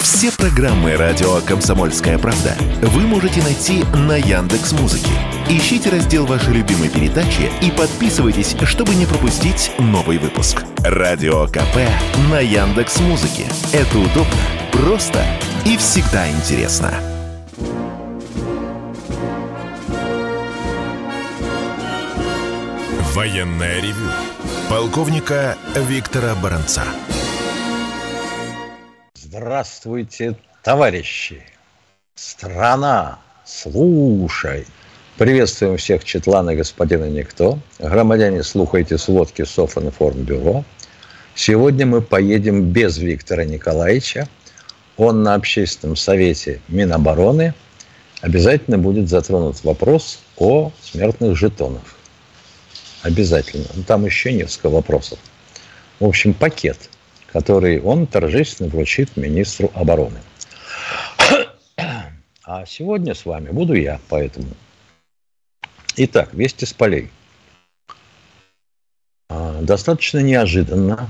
Все программы радио «Комсомольская правда» вы можете найти на Яндекс.Музыке. Ищите раздел вашей любимой передачи и подписывайтесь, чтобы не пропустить новый выпуск. Радио КП на Яндекс.Музыке. Это удобно, просто и всегда интересно. Военное ревю полковника Виктора Баранца. Здравствуйте, товарищи! Страна, слушай! Приветствуем всех Четлана, господина Никто. Громадяне, слухайте сводки Софинформбюро. Сегодня мы поедем без Виктора Николаевича. Он на общественном совете Минобороны. Обязательно будет затронут вопрос о смертных жетонах. Обязательно. Там еще несколько вопросов. В общем, пакет, который он торжественно вручит министру обороны. А сегодня с вами буду я, поэтому. Итак, вести с полей. Достаточно неожиданно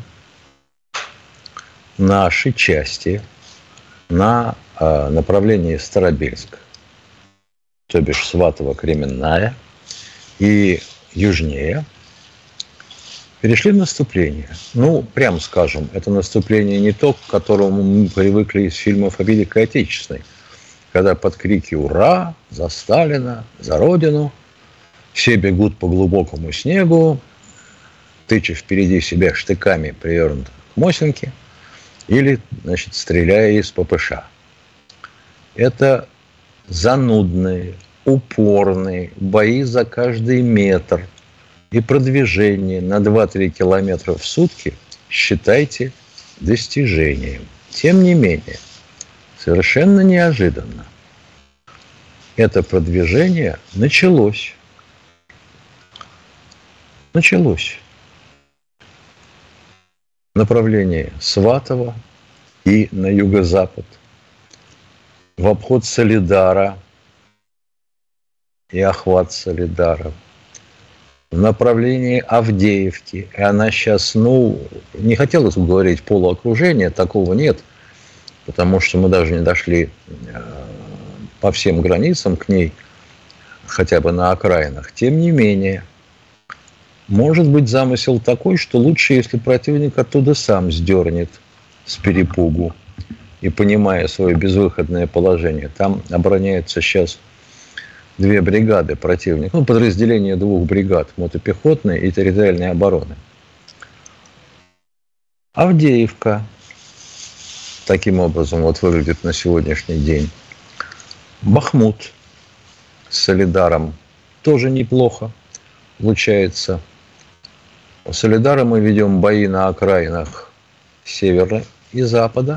наши части на направлении Старобельск, то бишь Сватово-Кременная и южнее, перешли в наступление. Ну, прямо скажем, это наступление не то, к которому мы привыкли из фильмов о Великой Отечественной, когда под крики «Ура!», «За Сталина!», «За Родину!» все бегут по глубокому снегу, тыча впереди себя штыками, привернутых к Мосинке, или, значит, стреляя из ППШ. Это занудные, упорные бои за каждый метр и продвижение на 2-3 километра в сутки считайте достижением. Тем не менее, совершенно неожиданно это продвижение началось. В направлении Сватова и на юго-запад, в обход Солидара и охват Солидара, в направлении Авдеевки. И она сейчас, не хотелось бы говорить полуокружение, такого нет, потому что мы даже не дошли по всем границам к ней, хотя бы на окраинах. Тем не менее, может быть замысел такой, что лучше, если противник оттуда сам сдернет с перепугу и, понимая свое безвыходное положение, там обороняются сейчас 2 бригады противника, подразделение 2 бригад, мотопехотной и территориальной обороны. Авдеевка таким образом выглядит на сегодняшний день. Бахмут с Солидаром тоже неплохо получается. У Солидара мы ведем бои на окраинах севера и запада.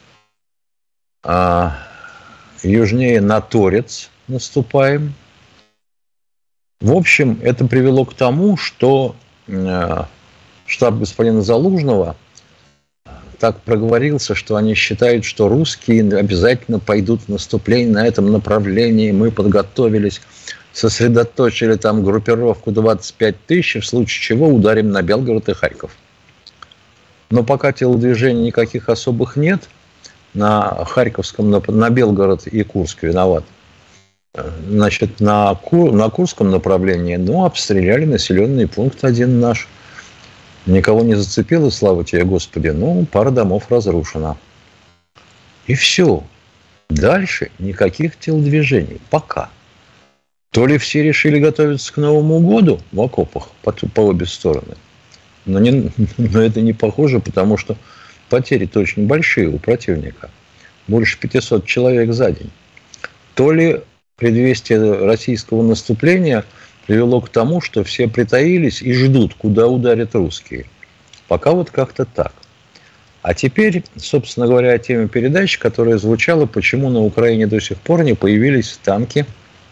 А южнее на Торец наступаем. В общем, это привело к тому, что штаб господина Залужного так проговорился, что они считают, что русские обязательно пойдут в наступление на этом направлении. Мы подготовились, сосредоточили там группировку 25 тысяч, в случае чего ударим на Белгород и Харьков. Но пока телодвижений никаких особых нет, на Харьковском, на Белгород и Курск виноват. Значит, на Курском направлении, обстреляли населенный пункт один наш. Никого не зацепило, слава тебе, Господи, пара домов разрушена. И все. Дальше никаких телодвижений. Пока. То ли все решили готовиться к Новому году в окопах по обе стороны. Но это не похоже, потому что потери-то очень большие у противника. Больше 500 человек за день. То ли предвестие российского наступления привело к тому, что все притаились и ждут, куда ударят русские. Пока как-то так. А теперь, собственно говоря, о теме передачи, которая звучала, почему на Украине до сих пор не появились танки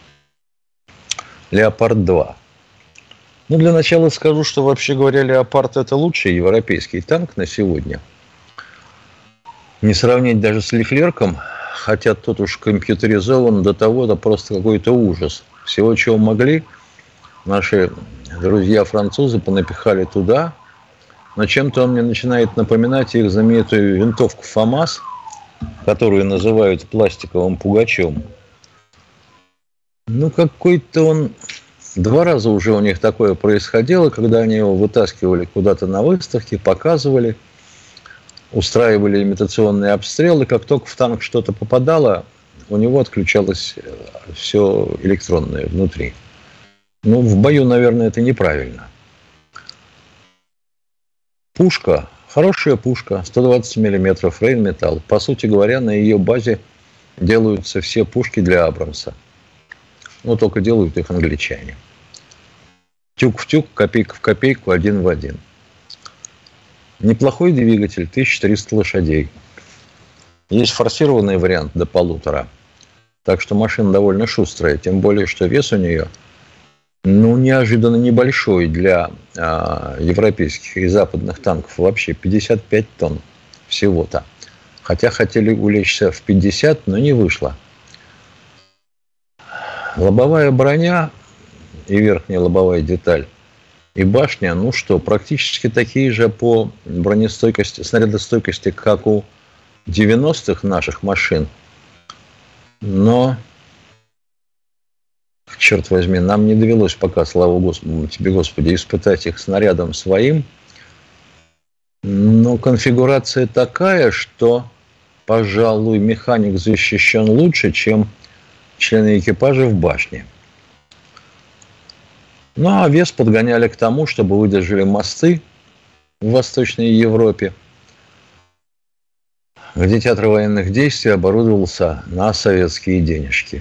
«Леопард-2». Для начала скажу, что, вообще говоря, «Леопард» – это лучший европейский танк на сегодня. Не сравнить даже с «Леклерком», хотя тот уж компьютеризован до того, это просто какой-то ужас. Всего, чего могли, наши друзья-французы понапихали туда, но чем-то он мне начинает напоминать их знаменитую винтовку ФАМАС которую называют пластиковым пугачем. Ну, какой-то он... 2 раза уже у них такое происходило, когда они его вытаскивали куда-то на выставке, показывали, устраивали имитационные обстрелы. Как только в танк что-то попадало, у него отключалось все электронное внутри. Ну, в бою, наверное, это неправильно. Пушка, хорошая пушка, 120 мм, Рейнметалл. По сути говоря, на ее базе делаются все пушки для Абрамса. Но только делают их англичане. Тюк в тюк, копейка в копейку, один в один. Неплохой двигатель, 1300 лошадей. Есть форсированный вариант до 1,5. Так что машина довольно шустрая. Тем более, что вес у нее, ну, неожиданно небольшой для европейских и западных танков. Вообще 55 тонн всего-то. Хотя хотели улечься в 50, но не вышло. Лобовая броня и верхняя лобовая деталь, и башня, ну что, практически такие же по бронестойкости, снарядостойкости, как у 90-х наших машин. Но, черт возьми, нам не довелось пока, слава тебе, Господи, испытать их снарядом своим. Но конфигурация такая, что, пожалуй, механик защищен лучше, чем члены экипажа в башне. Ну, а вес подгоняли к тому, чтобы выдержали мосты в Восточной Европе, где театр военных действий оборудовался на советские денежки.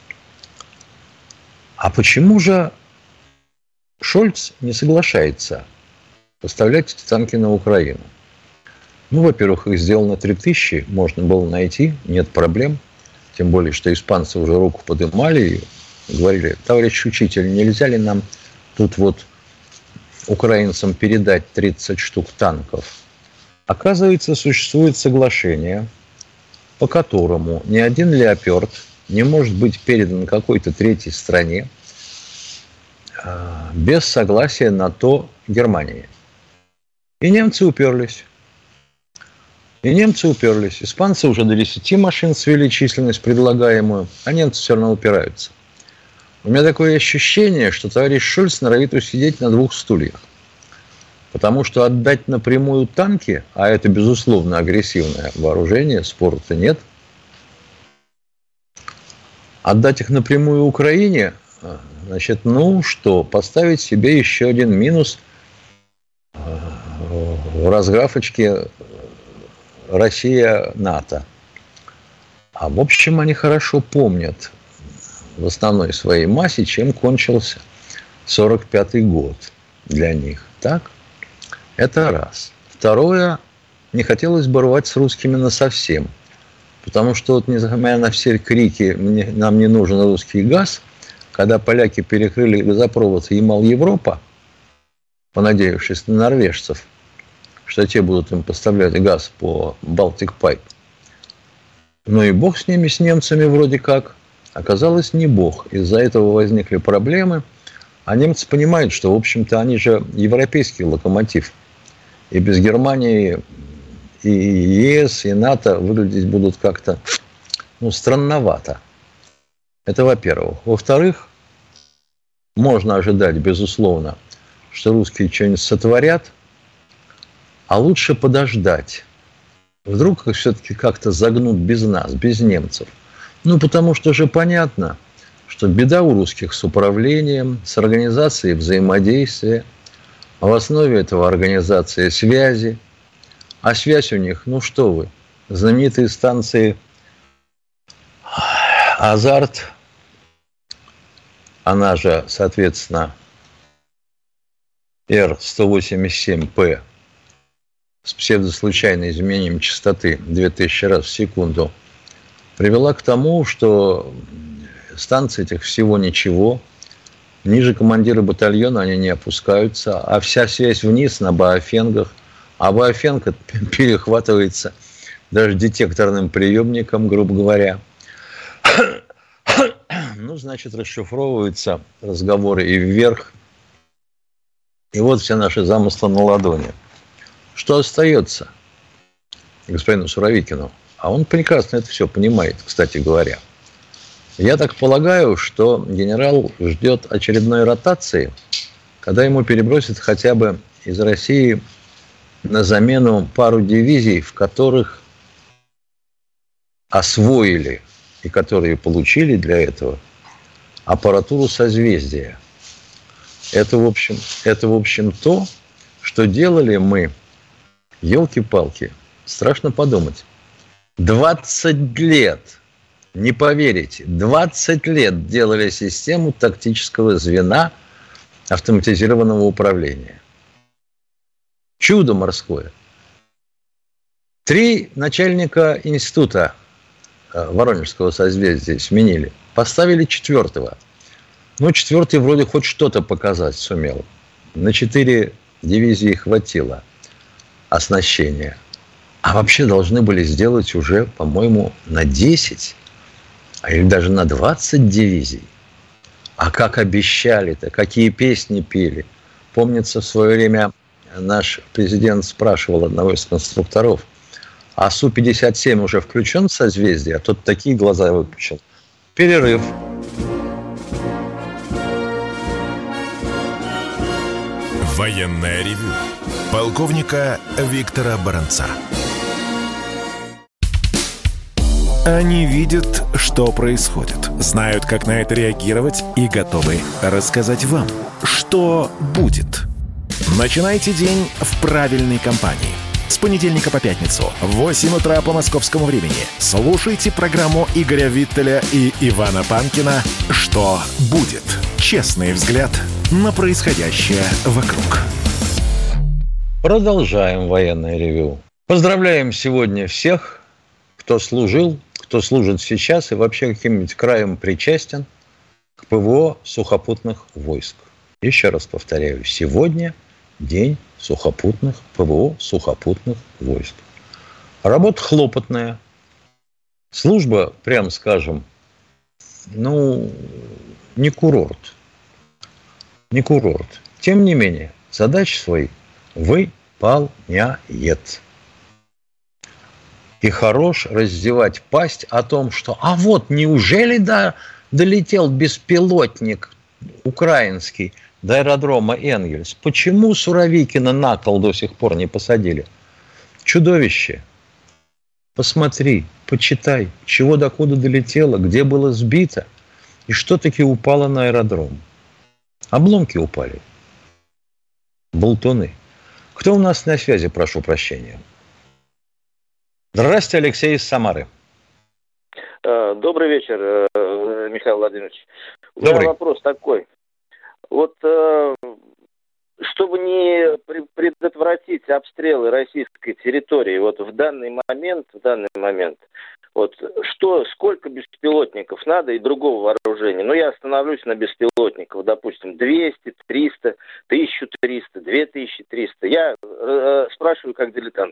А почему же Шольц не соглашается поставлять эти танки на Украину? Ну, во-первых, их сделано 3000, можно было найти, нет проблем. Тем более, что испанцы уже руку поднимали и говорили: товарищ учитель, нельзя ли нам тут вот украинцам передать 30 штук танков? Оказывается, существует соглашение, по которому ни один «Леопард» не может быть передан какой-то третьей стране без согласия на то Германии. И немцы уперлись. Испанцы уже до 10 машин свели численность предлагаемую, а немцы все равно упираются. У меня такое ощущение, что товарищ Шольц норовит усидеть на 2 стульях. Потому что отдать напрямую танки, а это, безусловно, агрессивное вооружение, спора-то нет, отдать их напрямую Украине, значит, ну что, поставить себе еще один минус в разграфочке Россия-НАТО. А в общем, они хорошо помнят в основной своей массе, чем кончился 45-й год для них. Так? Это раз. Второе, не хотелось бы рвать с русскими насовсем. Потому что, вот, несмотря на все крики «нам не нужен русский газ», когда поляки перекрыли газопровод Ямал-Европа, понадеявшись на норвежцев, что те будут им поставлять газ по Baltic Pipe. Ну и бог с ними, с немцами вроде как. Оказалось, не бог. Из-за этого возникли проблемы. А немцы понимают, что, в общем-то, они же европейский локомотив. И без Германии и ЕС, и НАТО выглядеть будут как-то, ну, странновато. Это во-первых. Во-вторых, можно ожидать, безусловно, что русские что-нибудь сотворят, а лучше подождать. Вдруг их все-таки как-то загнут без нас, без немцев. Ну, потому что же понятно, что беда у русских с управлением, с организацией взаимодействия, а в основе этого организация связи. А связь у них, ну что вы, знаменитые станции «Азарт», она же, соответственно, Р-187П, с псевдослучайным изменением частоты 2000 раз в секунду, привела к тому, что станций этих всего ничего, ниже командира батальона они не опускаются, а вся связь вниз на Баофенгах, а Баофенг перехватывается даже детекторным приемником, грубо говоря. Ну, значит, расшифровываются разговоры и вверх. И вот все наши замыслы на ладони. Что остается господину Суровикину? А он прекрасно это все понимает, кстати говоря. Я так полагаю, что генерал ждет очередной ротации, когда ему перебросят хотя бы из России на замену пару дивизий, в которых освоили и которые получили для этого аппаратуру созвездия. Это, в общем, то, что делали мы, елки-палки, страшно подумать. 20 лет, не поверите, 20 лет делали систему тактического звена автоматизированного управления. Чудо морское. 3 начальника института Воронежского созвездия сменили. Поставили 4-го. Ну, 4-й вроде хоть что-то показать сумел. На 4 дивизии хватило оснащения. А вообще должны были сделать уже, по-моему, на 10, или даже на 20 дивизий. А как обещали-то, какие песни пели. Помнится, в свое время наш президент спрашивал одного из конструкторов, а Су-57 уже включен в созвездие? А тот такие глаза выпучил. Перерыв. Военное ревю полковника Виктора Баранца. Они видят, что происходит, знают, как на это реагировать и готовы рассказать вам, что будет. Начинайте день в правильной компании. С понедельника по пятницу в 8 утра по московскому времени слушайте программу Игоря Виттеля и Ивана Панкина «Что будет?». Честный взгляд на происходящее вокруг. Продолжаем военное ревю. Поздравляем сегодня всех, кто служил, кто служит сейчас и вообще каким-нибудь краем причастен к ПВО сухопутных войск. Еще раз повторяю, сегодня день сухопутных, ПВО сухопутных войск. Работа хлопотная. Служба, прям скажем, не курорт. Не курорт. Тем не менее, задачи свои выполняет. И хорош раздевать пасть о том, что неужели долетел беспилотник украинский до аэродрома Энгельс? Почему Суровикина на кол до сих пор не посадили? Чудовище. Посмотри, почитай, чего докуда долетело, где было сбито и что таки упало на аэродром. Обломки упали. Болтуны. Кто у нас на связи, прошу прощения? Здравствуйте, Алексей из Самары. Добрый вечер, Михаил Владимирович. Добрый. У меня вопрос такой. Чтобы не предотвратить обстрелы российской территории, в данный момент, сколько беспилотников надо и другого вооружения? Я остановлюсь на беспилотниках, допустим, 200, 300, 1300, 2300. Я спрашиваю как дилетант.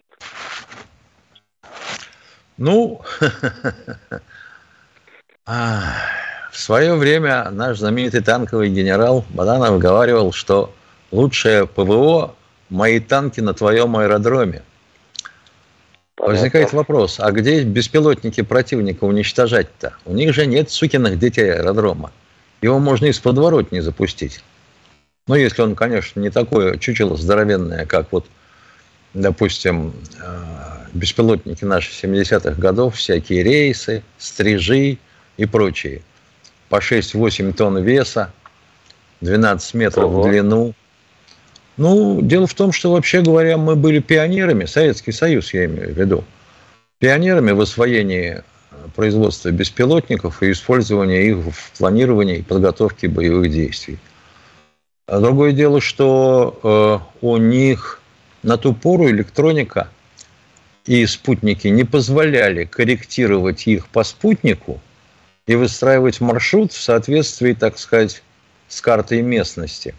В свое время наш знаменитый танковый генерал Баданов говаривал, что лучшее ПВО – мои танки на твоем аэродроме. Понятно. Возникает вопрос, а где беспилотники противника уничтожать-то? У них же нет сукиных детей аэродрома. Его можно из подворотни запустить. Если он, конечно, не такое чучело здоровенное, как допустим, беспилотники наших 70-х годов, всякие рейсы, стрижи и прочие. По 6-8 тонн веса, 12 метров в длину. Дело в том, что, вообще говоря, мы были пионерами, Советский Союз, я имею в виду, пионерами в освоении производства беспилотников и использования их в планировании и подготовке боевых действий. А другое дело, что у них на ту пору электроника и спутники не позволяли корректировать их по спутнику и выстраивать маршрут в соответствии, так сказать, с картой местности.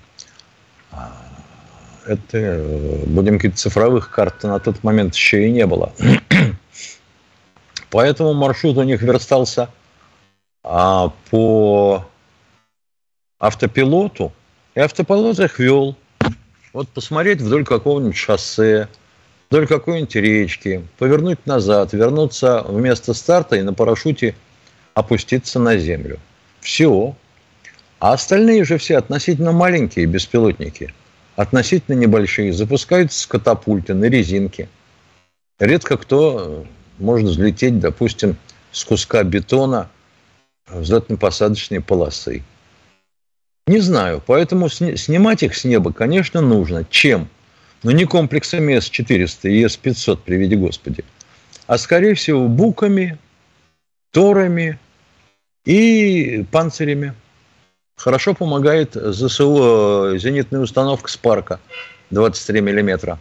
Это, будем говорить, цифровых карт на тот момент еще и не было. Поэтому маршрут у них верстался по автопилоту, и автопилот их вел. Посмотреть вдоль какого-нибудь шоссе, вдоль какой-нибудь речки, повернуть назад, вернуться в место старта и на парашюте опуститься на землю. Все. А остальные же все относительно маленькие беспилотники, относительно небольшие, запускаются с катапульты на резинке. Редко кто может взлететь, допустим, с куска бетона взлетно-посадочной полосы. Не знаю, поэтому снимать их с неба, конечно, нужно. Чем? Но не комплексами С-400 и С-500, приведи Господи, а, скорее всего, буками, торами и панцирями. Хорошо помогает ЗСУ зенитная установка «Спарка» 23 миллиметра.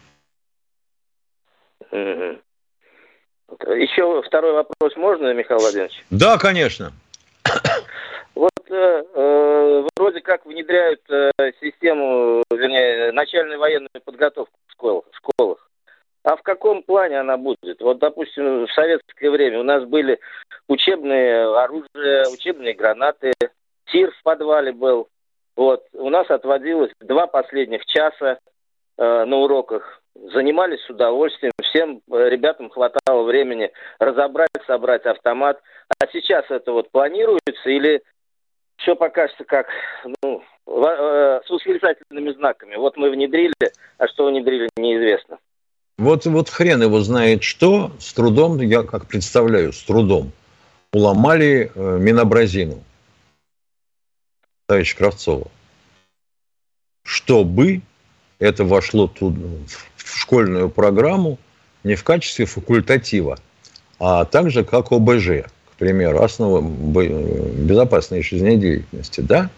Еще второй вопрос можно, Михаил Владимирович? Да, конечно. Вот вроде как внедряют систему, вернее, начальную военную подготовку в школах. А в каком плане она будет? Вот, допустим, в советское время у нас были учебные оружия, учебные гранаты, тир в подвале был. Вот. У нас отводилось 2 последних часа на уроках. Занимались с удовольствием. Всем ребятам хватало времени разобрать, собрать автомат. А сейчас это вот планируется или все покажется как, с восклицательными знаками? Вот мы внедрили, а что внедрили, неизвестно. Вот хрен его знает что. С трудом, я как представляю, с трудом уломали Минобразину товарища Кравцова, чтобы это вошло в школьную программу не в качестве факультатива, а также как ОБЖ, к примеру, основа безопасной жизнедеятельности, да?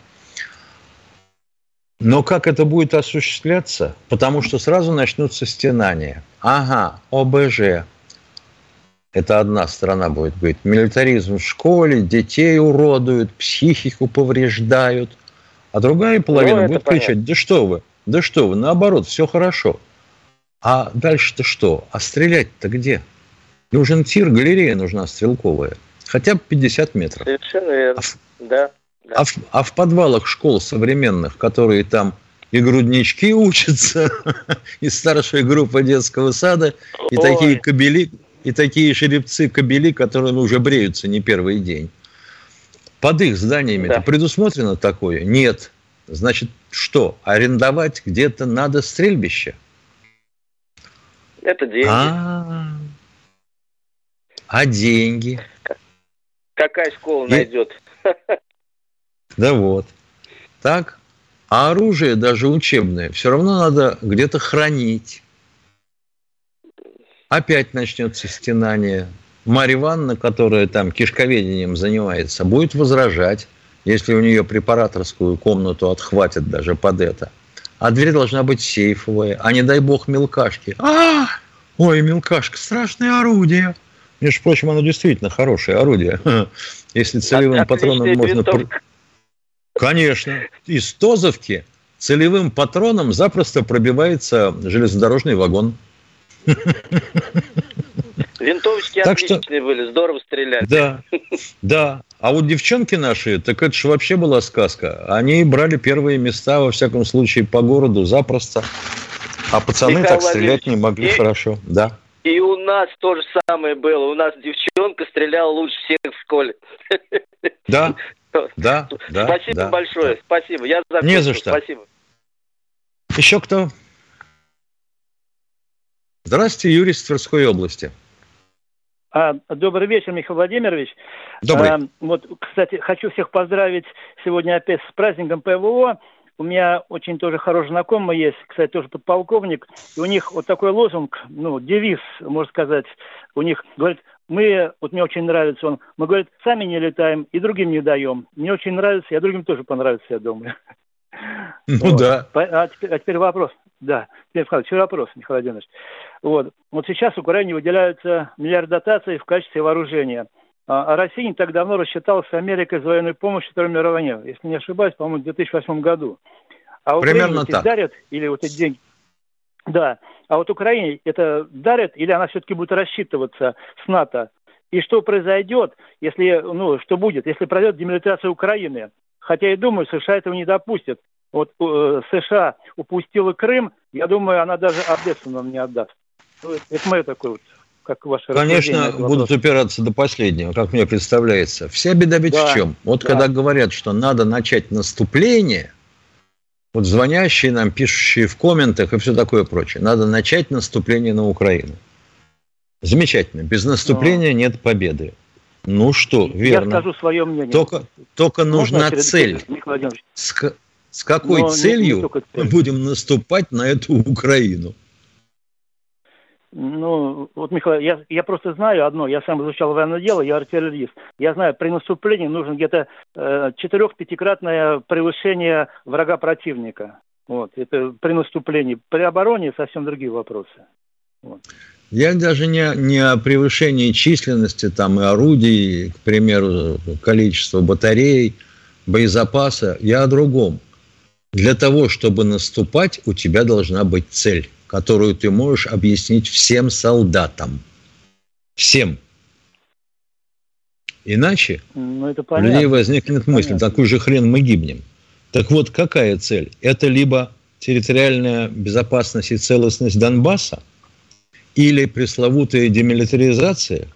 Но как это будет осуществляться? Потому что сразу начнутся стенания. Ага, ОБЖ. Это одна сторона будет быть. Милитаризм в школе, детей уродуют, психику повреждают. А другая половина будет кричать: да что вы, наоборот, все хорошо. А дальше-то что? А стрелять-то где? Нужен тир, галерея нужна стрелковая. Хотя бы 50 метров. Совершенно верно, да. А в подвалах школ современных, которые там и груднички учатся, и старшая группа детского сада, и такие кобели, и такие жеребцы-кобели, которые уже бреются не первый день. Под их зданиями-то предусмотрено такое? Нет. Значит, что? Арендовать где-то надо стрельбище? Это деньги. А деньги? Какая школа найдет? Да вот. Так? А оружие, даже учебное, все равно надо где-то хранить. Опять начнется стенание. Марья Ивановна, которая там кишковедением занимается, будет возражать, если у нее препараторскую комнату отхватят даже под это. А дверь должна быть сейфовая, а не дай бог мелкашки. Ой, мелкашка, страшное орудие. Между прочим, оно действительно хорошее орудие. Если целевым патроном можно... Конечно. Из Тозовки целевым патроном запросто пробивается железнодорожный вагон. Винтовочки отличные были, здорово стреляли. Да. А вот девчонки наши, так это же вообще была сказка. Они брали первые места, во всяком случае, по городу запросто. А пацаны так стрелять не могли хорошо. Да. И у нас то же самое было. У нас девчонка стреляла лучше всех в школе. Да. Спасибо большое. Да. Спасибо. Я закончил. Не за что. Спасибо. Еще кто? Здравствуйте, Юрий из Тверской области. Добрый вечер, Михаил Владимирович. Добрый. Вот, кстати, хочу всех поздравить сегодня опять с праздником ПВО. У меня очень тоже хороший знакомый есть, кстати, тоже подполковник. И у них вот такой лозунг, девиз, можно сказать. У них, говорит, мне очень нравится мы, говорит, сами не летаем и другим не даем. Мне очень нравится, а другим тоже понравится, я думаю. Да. А теперь вопрос. Да, теперь вопрос, Михаил Владимирович. Вот сейчас в Украине выделяются миллиард дотаций в качестве вооружения. А Россия не так давно рассчиталась с Америкой за военную помощь в Второй мировой войне. Если не ошибаюсь, по-моему, в 2008 году. А примерно так. Дарят или вот эти деньги? Да. А вот Украине это дарят или она все-таки будет рассчитываться с НАТО? И что произойдет, если, что будет, если пройдет демилитаризация Украины? Хотя я думаю, США этого не допустят. Вот США упустила Крым, я думаю, она даже Одессу нам не отдаст. Это мое такое вот, как ваше Конечно, будут упираться до последнего, как мне представляется. Вся беда ведь в чем? Вот когда говорят, что надо начать наступление, вот звонящие нам, пишущие в комментах и все такое прочее, надо начать наступление на Украину. Замечательно. Без наступления нет победы. Ну что, верно. Я скажу свое мнение. Только нужна цель. С какой целью мы будем наступать на эту Украину? Ну, вот, Михаил, я просто знаю одно. Я сам изучал военное дело, я артиллерист. Я знаю, при наступлении нужно где-то 4-5-кратное превышение врага противника. Вот, это при наступлении. При обороне совсем другие вопросы. Вот. Я даже не о превышении численности там, и орудий, к примеру, количества батарей, боезапаса. Я о другом. Для того, чтобы наступать, у тебя должна быть цель, которую ты можешь объяснить всем солдатам. Всем. Иначе у людей возникнет мысль, такой же хрен мы гибнем. Так вот, какая цель? Это либо территориальная безопасность и целостность Донбасса, или пресловутая демилитаризация,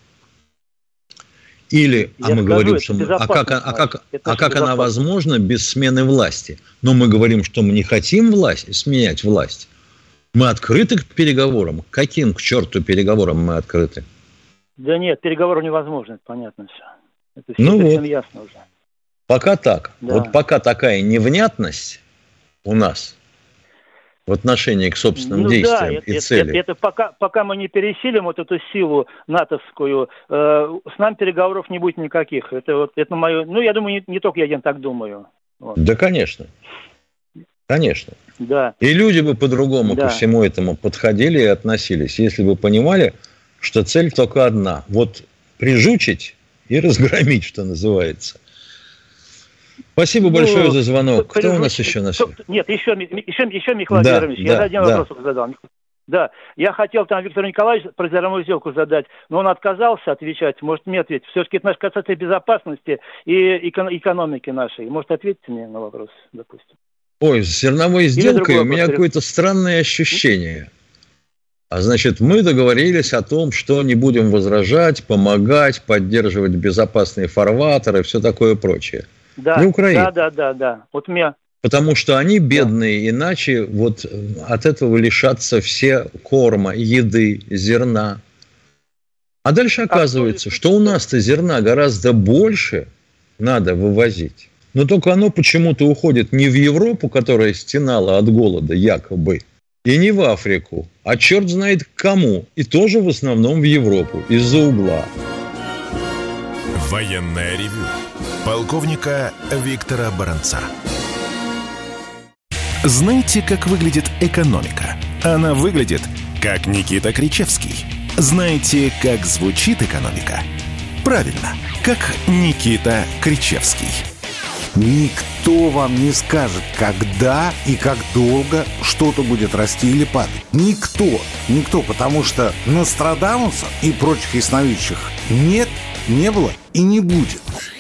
или, мы говорим, что как она возможна без смены власти? Но мы говорим, что мы не хотим сменять власть. Мы открыты к переговорам. Каким, к черту, переговорам мы открыты? Да нет, переговоры невозможны, это понятно все. Это все совсем ясно уже. Пока так. Да. Вот пока такая невнятность у нас в отношении к собственным действиям и цели. Это пока мы не пересилим вот эту силу натовскую, с нами переговоров не будет никаких. Это мое. Ну, я думаю, не только я так думаю. Вот. Да, конечно. Конечно. Да. И люди бы по-другому ко всему этому подходили и относились, если бы понимали, что цель только одна. Вот прижучить и разгромить, что называется. Спасибо большое за звонок. Кто у нас еще на связи? Нет, еще Михаил Владимирович. Я один вопрос задал. Да, я хотел там Виктору Николаевичу про зерновую сделку задать, но он отказался отвечать. Может, мне ответить. Все-таки это касается безопасности и экономики нашей. Может, ответите мне на вопрос, допустим? Ой, с зерновой сделкой у меня какое-то странное ощущение. А значит, мы договорились о том, что не будем возражать, помогать, поддерживать безопасные фарватеры и все такое прочее. Да, не Украина. Да. Вот меня... Потому что они бедные, иначе вот от этого лишатся все корма, еды, зерна. А дальше оказывается, что у нас-то зерна гораздо больше надо вывозить. Но только оно почему-то уходит не в Европу, которая стенала от голода якобы, и не в Африку, а черт знает к кому. И тоже в основном в Европу, из-за угла. Военное ревю полковника Виктора Баранца. Знаете, как выглядит экономика? Она выглядит, как Никита Кричевский. Знаете, как звучит экономика? Правильно, как Никита Кричевский. Никто вам не скажет, когда и как долго что-то будет расти или падать. Никто, потому что Нострадамуса и прочих ясновидящих нет, не было и не будет.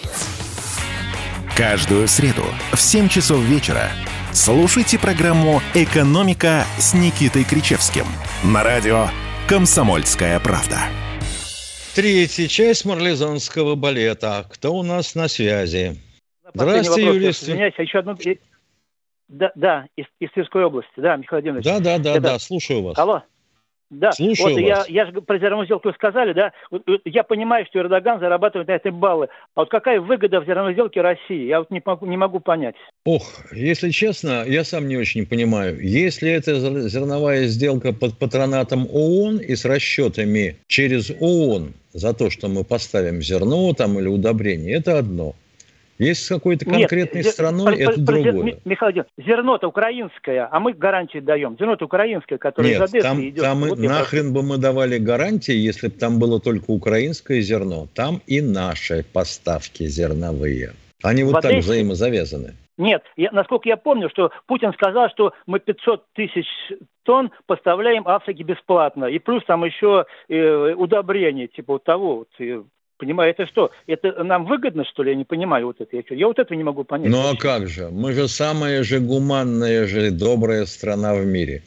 Каждую среду в 7 часов вечера слушайте программу «Экономика» с Никитой Кричевским на радио «Комсомольская правда». Третья часть марлезонского балета. Кто у нас на связи? Здравствуйте, Юрий. Извиняюсь, еще одну... Да, из Тверской области. Да, Михаил Владимирович. Да, слушаю вас. Алло. Да, слушаю вот вас. я же про зерновую сделку сказали, да. Я понимаю, что Эрдоган зарабатывает на этой баллы. А вот какая выгода в зерновой сделке России? Я вот не могу понять. Если честно, я сам не очень понимаю. Если это зерновая сделка под патронатом ООН и с расчетами через ООН за то, что мы поставим зерно там или удобрение, это одно. Есть с какой-то конкретной страной, это другое. Михаил, зерно-то украинское, а мы гарантии даем. Зерно-то украинское, которое из Одессы идет. Там вот нахрен бы мы давали гарантии, если бы там было только украинское зерно. Там и наши поставки зерновые. Они вот так взаимозавязаны. Нет, насколько я помню, что Путин сказал, что мы 500 тысяч тонн поставляем Африке бесплатно. И плюс там еще удобрения, типа вот того вот. Понимаю, это что? Это нам выгодно, что ли? Я не понимаю вот это. Я вот этого не могу понять. Ну а как же? Мы же самая же гуманная же добрая страна в мире.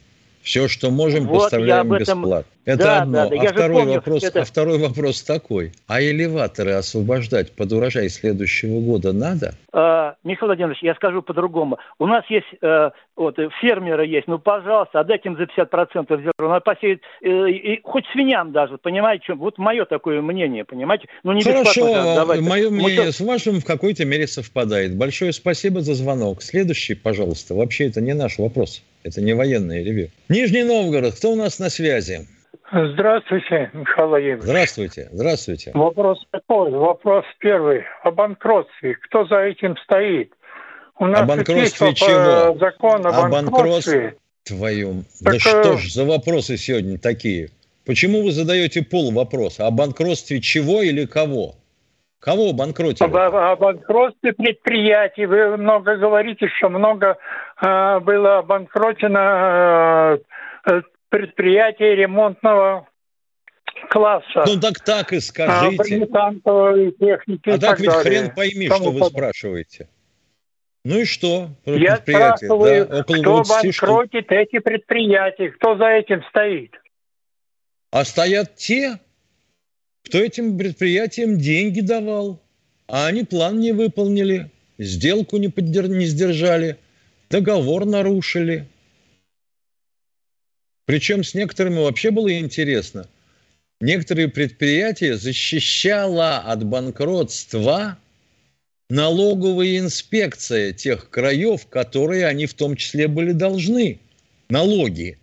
Все, что можем, Вот поставляем я об этом... бесплатно. Это Да, одно. да, я же помню, Второй вопрос такой. А элеваторы освобождать под урожай следующего года надо? Михаил Владимирович, я скажу по-другому. У нас есть, фермеры есть, ну, пожалуйста, отдайте им за 50% зерна. Надо посеять, хоть свиньям даже, понимаете? Вот мое такое мнение, понимаете? Ну, не Хорошо, мое мнение с вашим в какой-то мере совпадает. Большое спасибо за звонок. Следующий, пожалуйста. Вообще, это не наш вопрос. Это не военное ревью. Нижний Новгород, кто у нас на связи? Здравствуйте, Михаил Владимирович. Здравствуйте, здравствуйте. Вопрос такой, вопрос первый. О банкротстве. Кто за этим стоит? У нас о банкротстве чего? Закон о банкротстве. Твою... Да что ж за вопросы сегодня такие? Почему вы задаете полвопроса? О банкротстве чего или кого? Кого банкротили? О банкротстве предприятий. Вы много говорите, что много было обанкрочено предприятий ремонтного класса. Ну так и скажите. Техники а так ведь далее. Хрен пойми, что вы спрашиваете. Ну и что? Я спрашиваю, да, кто банкротит эти предприятия? Кто за этим стоит? А стоят те, кто этим предприятиям деньги давал, а они план не выполнили, сделку не сдержали, договор нарушили. Причем с некоторыми вообще было интересно. Некоторые предприятия защищала от банкротства налоговая инспекция тех краев, которые они в том числе были должны. Налоги.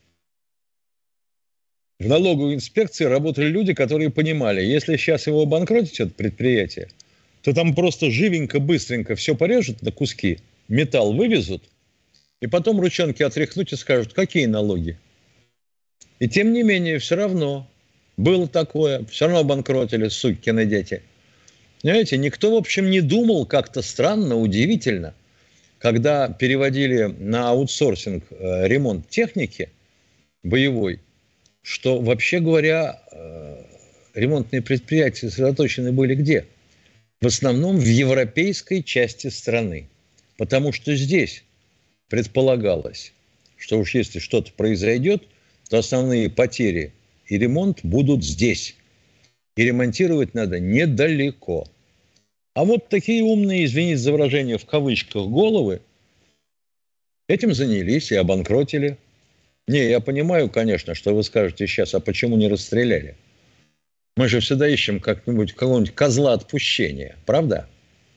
В налоговой инспекции работали люди, которые понимали, если сейчас его обанкротить, это предприятие, то там просто живенько, быстренько все порежут на куски, металл вывезут, и потом ручонки отряхнуть и скажут, какие налоги. И тем не менее, все равно было такое, все равно обанкротили, сукины дети. Понимаете, никто, в общем, не думал как-то странно, удивительно, когда переводили на аутсорсинг ремонт техники боевой, что, вообще говоря, ремонтные предприятия сосредоточены были где? В основном в европейской части страны. Потому что здесь предполагалось, что уж если что-то произойдет, то основные потери и ремонт будут здесь. И ремонтировать надо недалеко. А вот такие умные, извините за выражение, в кавычках, головы этим занялись и обанкротили. Не, я понимаю, конечно, что вы скажете сейчас, а почему не расстреляли? Мы же всегда ищем какого-нибудь козла отпущения, правда?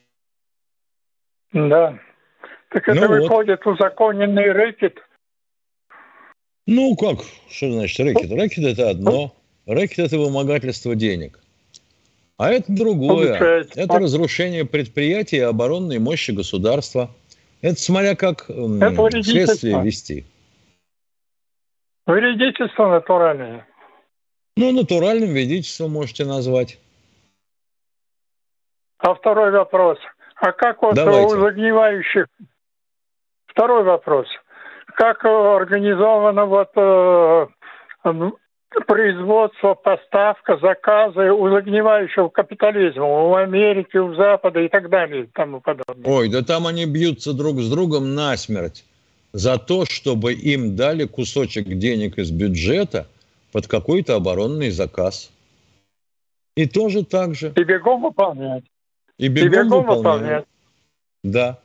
Да. Так это выходит узаконенный рэкет. Ну как? Что значит рэкет? Рэкет это одно. Рэкет это вымогательство денег. А это другое. Получается. Это разрушение предприятий и оборонной мощи государства. Это смотря как следствие вести. Вредительство натуральное. Ну, натуральным вредительством можете назвать. А второй вопрос. А как вот у загнивающих... Второй вопрос. Как организовано производство, поставка, заказы у загнивающего капитализма у Америки, у Запада и так далее и тому подобное? Ой, да там они бьются друг с другом насмерть за то, чтобы им дали кусочек денег из бюджета под какой-то оборонный заказ. И тоже так же. И бегом выполнять. И бегом выполнять. Да.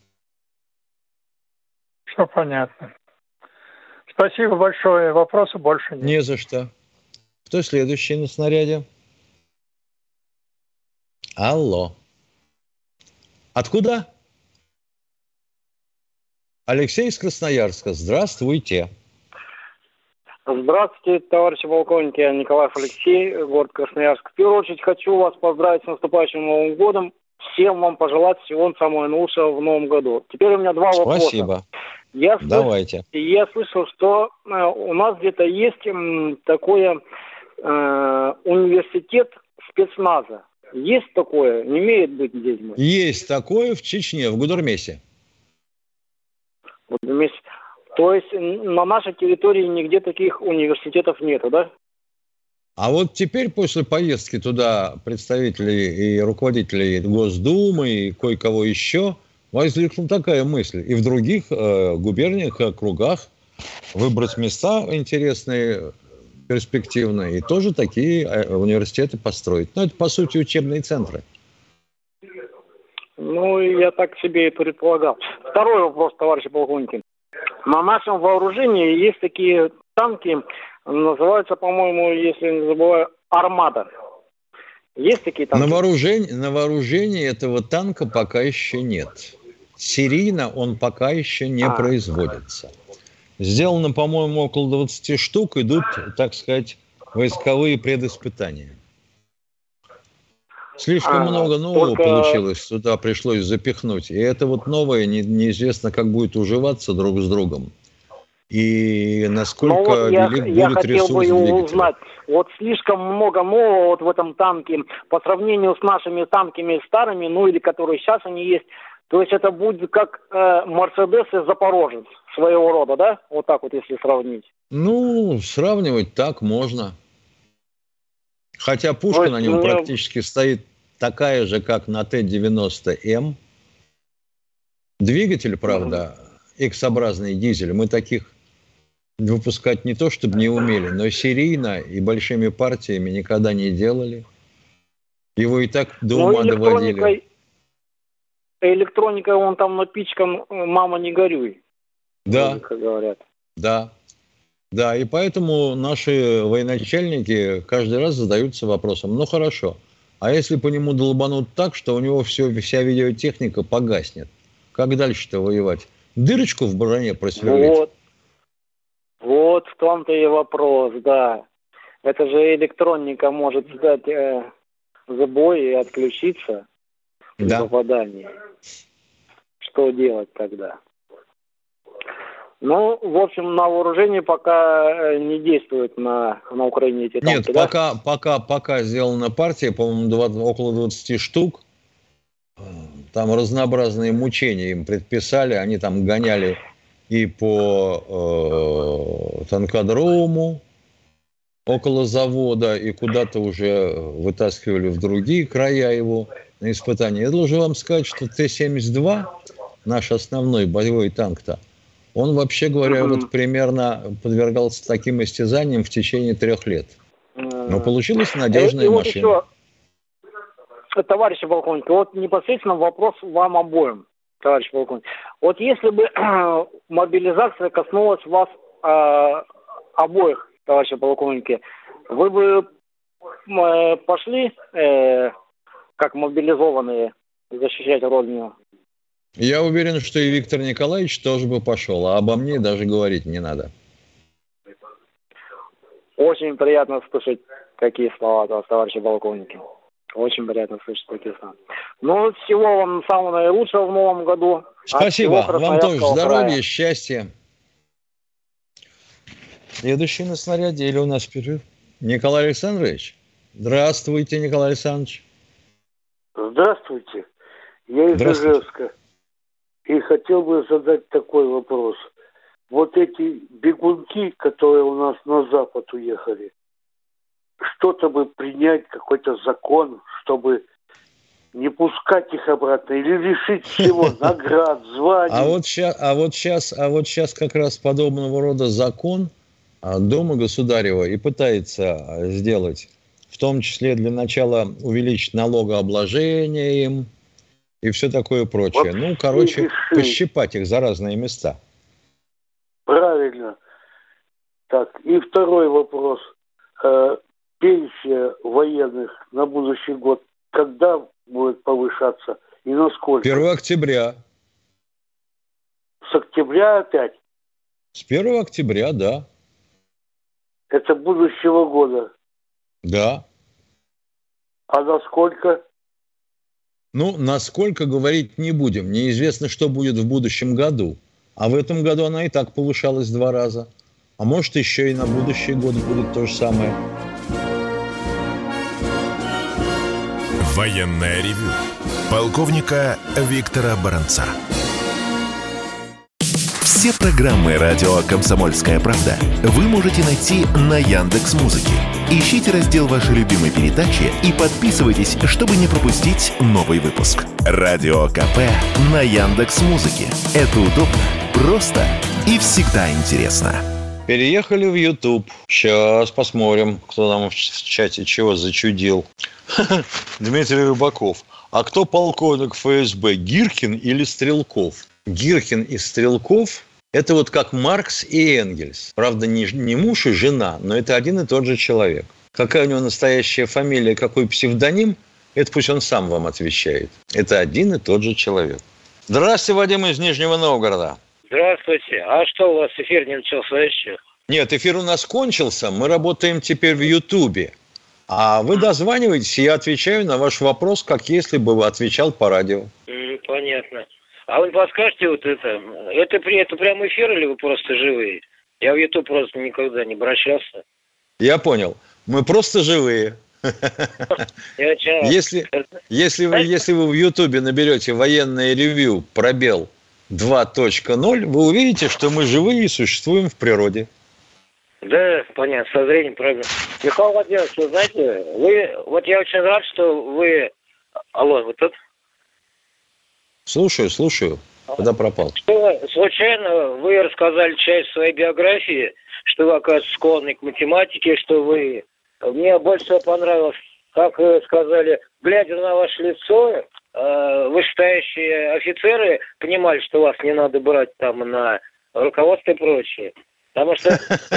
Все понятно. Спасибо большое. Вопросов больше нет. Не за что. Кто следующий на снаряде? Алло. Откуда? Алексей из Красноярска. Здравствуйте. Здравствуйте, товарищи полковники. Я Николаев Алексей, город Красноярск. В первую очередь хочу вас поздравить с наступающим Новым годом. Всем вам пожелать всего самого наилучшего в Новом году. Теперь у меня два вопроса. Спасибо. Давайте. Я слышал, что у нас где-то есть такой университет спецназа. Есть такое? Не имеет быть здесь? Есть такое в Чечне, в Гудермесе. То есть на нашей территории нигде таких университетов нету, да? А вот теперь после поездки туда представителей и руководителей Госдумы и кое-кого еще возникла такая мысль. И в других губерниях, округах выбрать места интересные, перспективные, и тоже такие университеты построить. Но это, по сути, учебные центры. Ну, я так себе и предполагал. Второй вопрос, товарищи полковники. На нашем вооружении есть такие танки, называются, по-моему, если не забываю, «Армада». Есть такие танки? На вооружении этого танка пока еще нет. Серийно он пока еще не производится. Сделано, по-моему, около 20 штук, идут, так сказать, войсковые предиспытания. Слишком много нового получилось, сюда пришлось запихнуть. И это вот новое неизвестно, как будет уживаться друг с другом. И насколько велик будет ресурс двигателя. Узнать, вот слишком много нового вот в этом танке по сравнению с нашими танками старыми, ну или которые сейчас они есть. То есть это будет как Мерседес и Запорожец своего рода, да? Вот так вот, если сравнить. Ну, сравнивать так можно. Хотя пушка на нем практически стоит такая же, как на Т-90М. Двигатель, правда, X-образный дизель. Мы таких выпускать не то, чтобы не умели, но серийно и большими партиями никогда не делали. Его и так до ума доводили. Электроникой он там напичкан, мама, не горюй. Да, как говорят. Да, и поэтому наши военачальники каждый раз задаются вопросом, ну хорошо, а если по нему долбанут так, что у него вся видеотехника погаснет, как дальше-то воевать? Дырочку в броне просверлить? Вот в том-то и вопрос, да. Это же электроника может сдать забой и отключиться при попадании. Что делать тогда? Ну, в общем, на вооружении пока не действует на Украине эти танки. Нет, да? пока сделана партия, по-моему, около 20 штук. Там разнообразные мучения им предписали. Они там гоняли и по танкодрому около завода, и куда-то уже вытаскивали в другие края его на испытания. Я должен вам сказать, что Т-72, наш основной боевой танк-то, он, вообще говоря, вот примерно подвергался таким истязаниям в течение 3 лет. Но получилась надежная машина. Вот еще, товарищи полковники, вот непосредственно вопрос вам обоим, товарищ полковник. Вот если бы мобилизация коснулась вас обоих, товарищи полковники, вы бы пошли как мобилизованные защищать Родину? Я уверен, что и Виктор Николаевич тоже бы пошел, а обо мне даже говорить не надо. Очень приятно слышать такие слова от вас, товарищи полковники. Очень приятно слышать такие слова. Ну, всего вам самого наилучшего в новом году. Спасибо. Вам тоже здоровья, счастья. Следующий на снаряде или у нас перерыв? Николай Александрович. Здравствуйте, Николай Александрович. Здравствуйте. Я из Ижевска. И хотел бы задать такой вопрос. Вот эти бегунки, которые у нас на Запад уехали, что-то бы принять, какой-то закон, чтобы не пускать их обратно или лишить всего наград, званий. А вот сейчас как раз подобного рода закон Дума Государева и пытается сделать, в том числе для начала увеличить налогообложение им и все такое прочее. Вот пощипать их за разные места. Правильно. Так, и второй вопрос. Пенсия военных на будущий год когда будет повышаться и насколько? 1 октября. С октября опять? С 1 октября, да. Это будущего года? Да. А насколько? Ну, насколько говорить не будем. Неизвестно, что будет в будущем году. А в этом году она и так повышалась 2 раза. А может, еще и на будущий год будет то же самое. Военное ревю полковника Виктора Баранца. Все программы радио «Комсомольская правда» вы можете найти на Яндекс.Музыке. Ищите раздел вашей любимой передачи и подписывайтесь, чтобы не пропустить новый выпуск. Радио КП на Яндекс.Музыке. Это удобно, просто и всегда интересно. Переехали в YouTube. Сейчас посмотрим, кто нам в чате чего зачудил. Дмитрий Рыбаков. А кто полковник ФСБ, Гиркин или Стрелков? Гиркин и Стрелков – это вот как Маркс и Энгельс. Правда, не муж и жена, но это один и тот же человек. Какая у него настоящая фамилия, какой псевдоним, это пусть он сам вам отвечает. Это один и тот же человек. Здравствуйте, Вадим из Нижнего Новгорода. Здравствуйте. А что, у вас эфир не начался еще? Нет, эфир у нас кончился. Мы работаем теперь в Ютубе. А вы дозваниваетесь, и я отвечаю на ваш вопрос, как если бы отвечал по радио. Понятно. А вы подскажете вот это прям эфир или вы просто живые? Я в Ютуб просто никогда не обращался. Я понял. Мы просто живые. Если вы в Ютубе наберете военное ревью пробел 2.0, вы увидите, что мы живые и существуем в природе. Да, понятно, со зрением правильно. Михаил Владимирович, вы знаете, вот я очень рад, что вы... Алло, вы тут? Слушаю. Куда пропал? Что, случайно вы рассказали часть своей биографии, что вы, оказывается, склонны к математике, что вы... Мне больше всего понравилось, как вы сказали, глядя на ваше лицо, вышестоящие офицеры понимали, что вас не надо брать там на руководство и прочее. Потому что...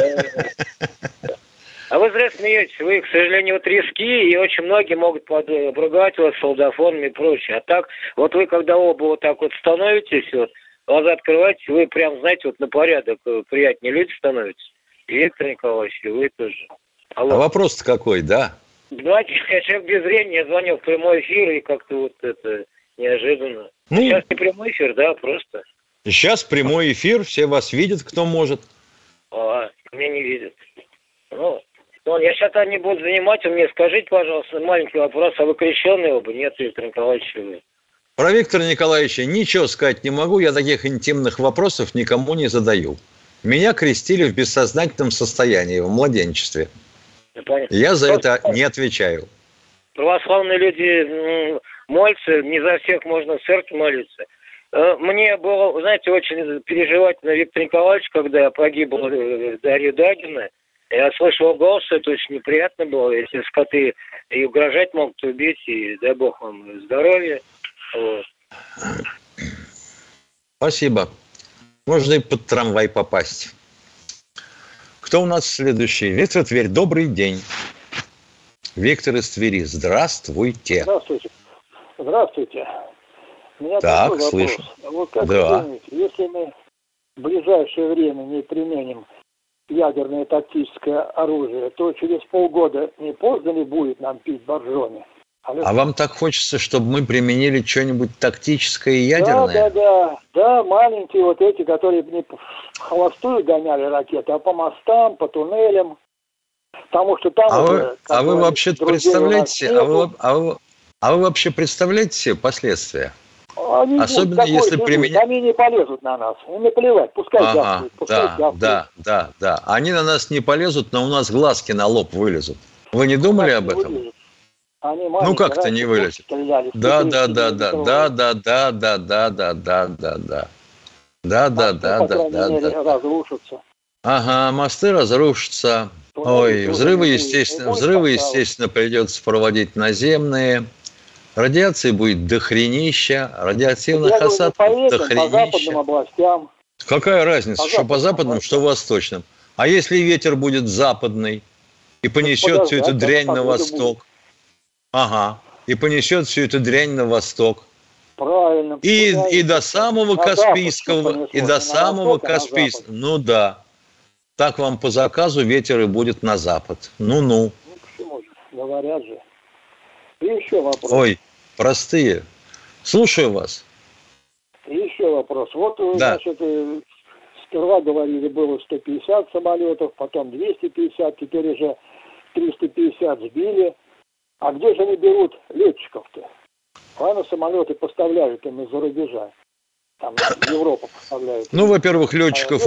А вы зря смеетесь. Вы, к сожалению, вот риски, и очень многие могут подругать вас солдафонами и прочее. А так, вот вы, когда оба вот так вот становитесь, вот, глаза открываете, вы прям, знаете, вот на порядок приятнее люди становитесь. И Виктор Николаевич, и вы тоже. Алло. А вопрос-то какой, да? Знаете, я человек без зрения, я звонил в прямой эфир, и как-то вот это неожиданно. Сейчас не прямой эфир, да, просто. Сейчас прямой эфир, все вас видят, кто может. Меня не видят. Я сейчас не буду занимать, вы мне скажите, пожалуйста, маленький вопрос, а вы крещеные оба? Нет, Виктор Николаевич, вы? Про Виктора Николаевича ничего сказать не могу, я таких интимных вопросов никому не задаю. Меня крестили в бессознательном состоянии, в младенчестве. Я за это не отвечаю. Православные люди молятся, не за всех можно в церкви молиться. Мне было, знаете, очень переживательно Виктор Николаевич, когда погибла Дарья Дагина. Я слышал голос, это очень неприятно было. Эти скоты и угрожать могут, убить, и дай бог вам здоровья. Вот. Спасибо. Можно и под трамвай попасть. Кто у нас следующий? Виктор Тверь, добрый день. Виктор из Твери, здравствуйте. Здравствуйте. Меня так, слышу. Вот как вы думаете, если мы в ближайшее время не применим ядерное тактическое оружие, то через полгода не поздно ли будет нам пить боржоми? А вам так хочется, чтобы мы применили что-нибудь тактическое и ядерное? Да, маленькие вот эти, которые не в холостую гоняли ракеты, а по мостам, по туннелям. Потому что там... вы вообще представляете, вы вообще представляете себе последствия? Они особенно если применять... Они не полезут на нас, им не плевать, пускай тяпают. Да. Они на нас не полезут, но у нас глазки на лоб вылезут. Вы не думали об этом? Ну как это не вылезет? Да. Разрушатся. Ага, мосты разрушатся. Ой, взрывы, естественно, придется проводить наземные. Радиации будет дохренища, радиоактивных осадков дохренища. Какая разница, что по западным, что восточным? А если ветер будет западный и понесет всю эту дрянь на восток? Ага, и понесет всю эту дрянь на восток. Правильно. И до самого Каспийского, и до самого Каспийского. Ну да. Так вам по заказу ветер и будет на запад. Ну. Почему же? Говорят же. И еще вопрос. Ой, простые. Слушаю вас. И еще вопрос. Вот, значит, сперва говорили, было 150 самолетов, потом 250, теперь уже 350 сбили. А где же они берут летчиков-то? Ладно, самолеты поставляют им из-за рубежа. Там Европа поставляет. Ну, во-первых, летчиков у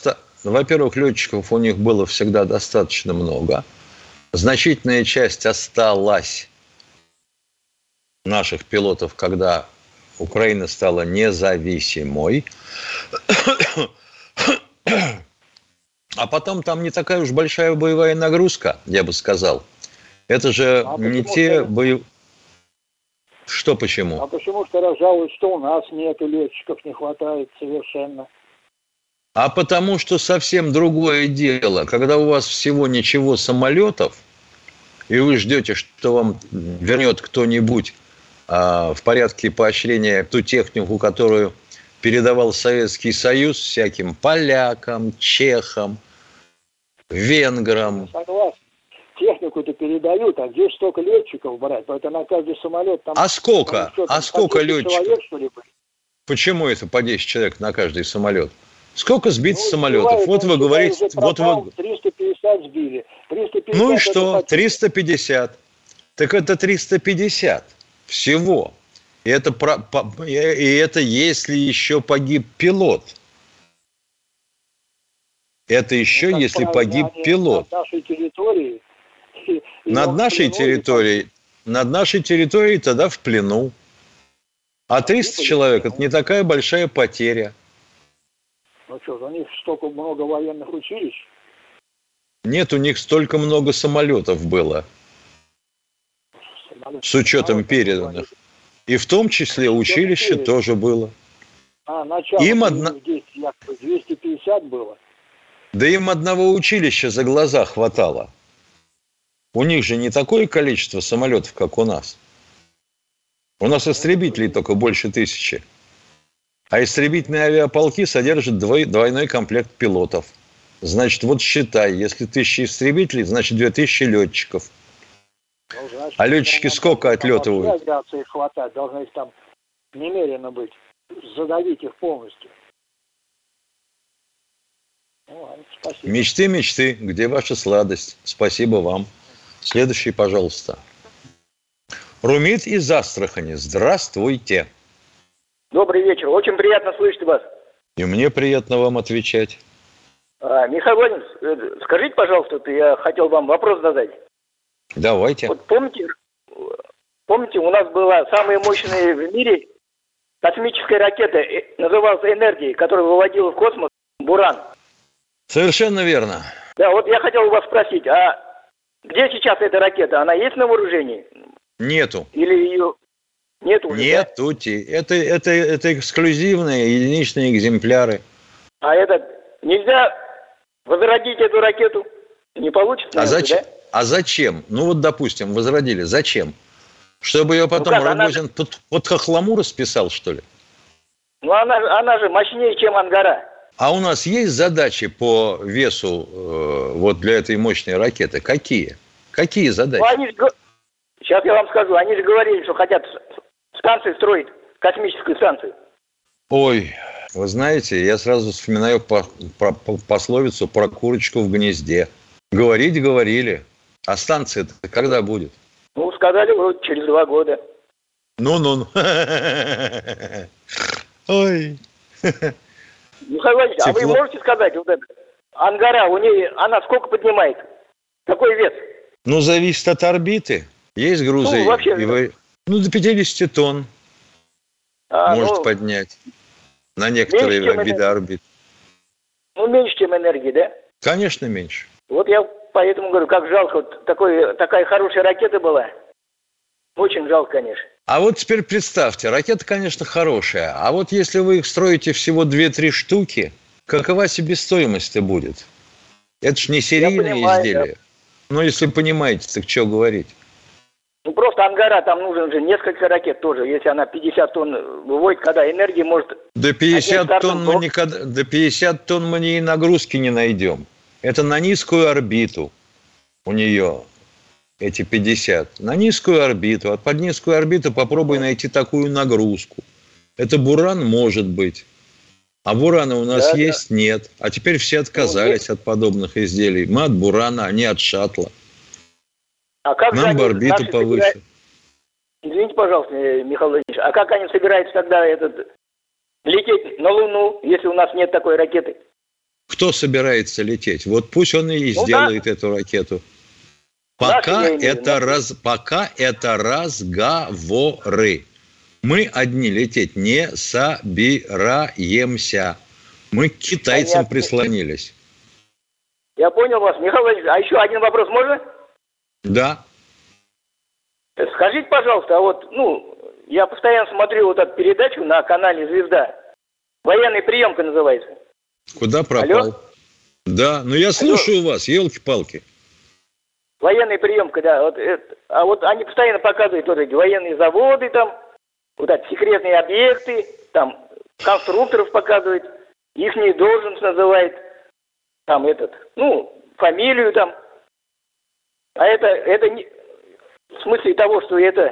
них было всегда достаточно много. Значительная часть осталась наших пилотов, когда Украина стала независимой. А потом там не такая уж большая боевая нагрузка, я бы сказал. Это же не те боевые... Что почему? А почему что жалуют, что у нас нету летчиков, не хватает совершенно? А потому что совсем другое дело. Когда у вас всего ничего самолетов, и вы ждете, что вам вернет кто-нибудь в порядке поощрения ту технику, которую передавал Советский Союз всяким полякам, чехам, венграм. Согласен. Технику-то передают, а где столько летчиков брать? Поэтому на каждый самолет там... А сколько? Там, сколько летчиков? Человек, что ли, Почему это по 10 человек на каждый самолет? Сколько сбито самолетов? Бывает, вот вы говорите... Вот вы... 350 сбили. 350 ну и что? 350. Так это 350 всего. И это если еще погиб пилот. Это еще если погиб пилот. Над нашей территорией. Над нашей территорией тогда в плену. А 300 человек – это не такая большая потеря. Ну что, у них столько много военных училищ? Нет, у них столько много самолетов было. С учетом переданных. И в том числе училище тоже было. Начало им 250 было. Да им одного училища за глаза хватало. У них же не такое количество самолетов, как у нас. У нас истребителей только больше 1000. А истребительные авиаполки содержат двойной комплект пилотов. Значит, вот считай, если 1000 истребителей, значит 2000 летчиков. Ну, значит, а летчики сколько отлетывают? Авиации хватать, должно их там немерено быть. Задавить их полностью. Ну, ладно, спасибо. Мечты. Где ваша сладость? Спасибо вам. Следующий, пожалуйста. Румит из Астрахани. Здравствуйте. Добрый вечер. Очень приятно слышать вас. И мне приятно вам отвечать. Михаил Владимирович, скажите, пожалуйста, я хотел вам вопрос задать. Давайте. Вот помните, у нас была самая мощная в мире космическая ракета, называлась «Энергия», которая выводила в космос «Буран». Совершенно верно. Да, вот я хотел у вас спросить, а где сейчас эта ракета? Она есть на вооружении? Нету. Или ее нету? Нету. Да? Это эксклюзивные, единичные экземпляры. А нельзя возродить эту ракету? Не получится? Зачем? Да? А зачем? Ну вот, допустим, возродили. Зачем? Чтобы ее потом Рогозин под хохлому расписал, что ли? Ну, она же мощнее, чем «Ангара». А у нас есть задачи по весу вот для этой мощной ракеты? Какие? Какие задачи? Ну, сейчас я вам скажу. Они же говорили, что хотят станции строить, космическую станцию. Ой, вы знаете, я сразу вспоминаю пословицу про курочку в гнезде. Говорили. А станция-то когда будет? Ну, сказали, вот через 2 года. Ну. Ой. Михаил Владимирович, а вы можете сказать, вот это «Ангара», у нее, она сколько поднимает? Какой вес? Ну, зависит от орбиты. Есть грузы, до 50 тонн может поднять на некоторые виды орбит. Ну, меньше, чем энергии, да? Конечно, меньше. Вот я поэтому говорю, как жалко, вот такая хорошая ракета была. Очень жалко, конечно. А вот теперь представьте, ракета, конечно, хорошая, а вот если вы их строите всего 2-3 штуки, какова себестоимость-то будет? Это ж не серийные изделия. Да. Ну, если понимаете, так что говорить? Ну, просто «Ангара», там нужно же несколько ракет тоже, если она 50 тонн выводит, когда энергии может... До 50 тонн мы и нагрузки не найдем. Это на низкую орбиту у нее эти 50. На низкую орбиту. А под низкую орбиту попробуй найти такую нагрузку. Это «Буран» может быть. А «Бурана» у нас есть? Нет. А теперь все отказались от подобных изделий. Мы от «Бурана», они от «Шаттла». А как нам бы орбиту повыше. Извините, пожалуйста, Михаил Владимирович, а как они собираются тогда лететь на Луну, если у нас нет такой ракеты? Кто собирается лететь? Вот пусть он и сделает эту ракету. Пока это разговоры. Мы одни лететь не собираемся. Мы к китайцам прислонились. Я понял вас, Михаил Владимирович. А еще один вопрос можно? Да. Скажите, пожалуйста, а вот, я постоянно смотрю вот эту передачу на канале «Звезда». «Военная приемка» называется. Куда пропал? Алло? Да, я слушаю вас, елки-палки. «Военная приемка», да. А вот они постоянно показывают вот эти военные заводы там, вот эти секретные объекты, там конструкторов показывают, ихнюю должность называют, там фамилию там. А это не... В смысле того, что это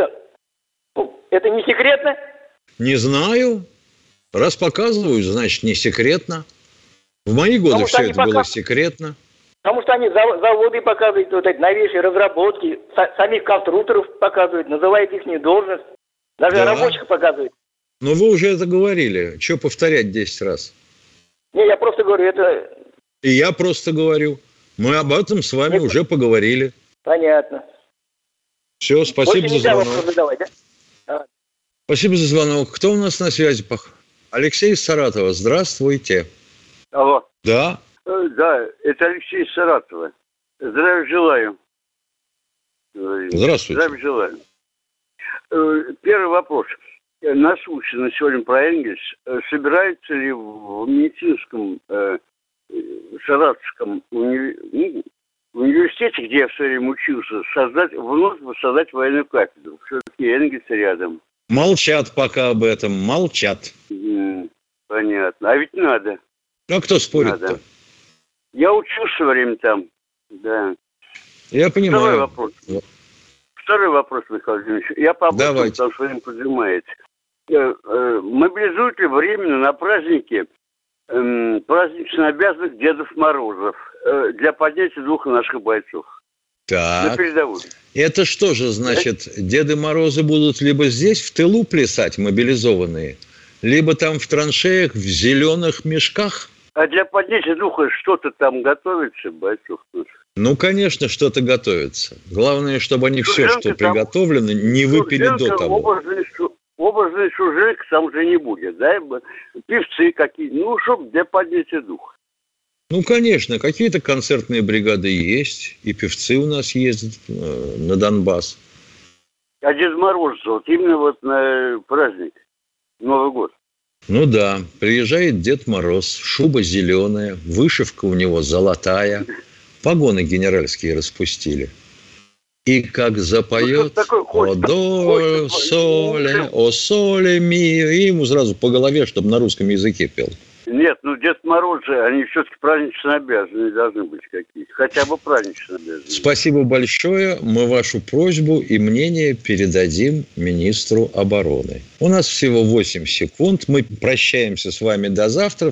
не секретно? Не знаю. Раз показывают, значит, не секретно. В мои годы все это было секретно. Потому что они заводы показывают, вот эти новейшие разработки, самих конструкторов показывают, называют их должность, даже рабочих показывают. Но вы уже это говорили. Что повторять 10 раз? Не, я просто говорю, это... И я просто говорю. Мы об этом с вами уже поговорили. Понятно. Все, спасибо за звонок. Задавать, да? Спасибо за звонок. Кто у нас на связи? Алексей из Саратова. Здравствуйте. Алло. Да. Да, это Алексей из Саратова. Здравия желаю. Здравствуйте. Здравия желаю. Первый вопрос. Наслушано сегодня про Энгельс. Собирается ли в медицинском Саратовском университете, где я в свое время учился, вновь создать военную кафедру? Все-таки Энгельс рядом. Молчат пока об этом, молчат. Понятно. А ведь надо. А кто спорит-то? Я учился все время там, да. Я понимаю. Второй вопрос, Михаил Владимирович. Я по-быстрому, потому что время поджимается. Мобилизуют ли временно на праздники празднично обязанных Дедов Морозов для поднятия духа наших бойцов? Так. На передовую. Это что же значит? Деды Морозы будут либо здесь в тылу плясать, мобилизованные, либо там в траншеях в зеленых мешках? А для поднятия духа что-то там готовится, бойцов? Конечно, что-то готовится. Главное, чтобы они все, что приготовлено, не выпили до того. Образный Шуженко там же не будет, да? Певцы какие, чтобы для поднятия духа. Конечно, какие-то концертные бригады есть, и певцы у нас ездят на Донбасс. А Дед Мороз, именно на праздник, Новый год. Да, приезжает Дед Мороз, шуба зеленая, вышивка у него золотая, погоны генеральские распустили. И как запоет «О соле мио», и ему сразу по голове, чтобы на русском языке пел. Нет, Дед Мороз же, они все-таки празднично обязаны, должны быть какие-то. Хотя бы празднично обязаны. Спасибо большое. Мы вашу просьбу и мнение передадим министру обороны. У нас всего 8 секунд. Мы прощаемся с вами до завтра.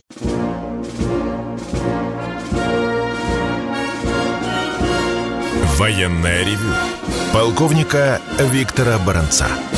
Военное ревю полковника Виктора Баранца.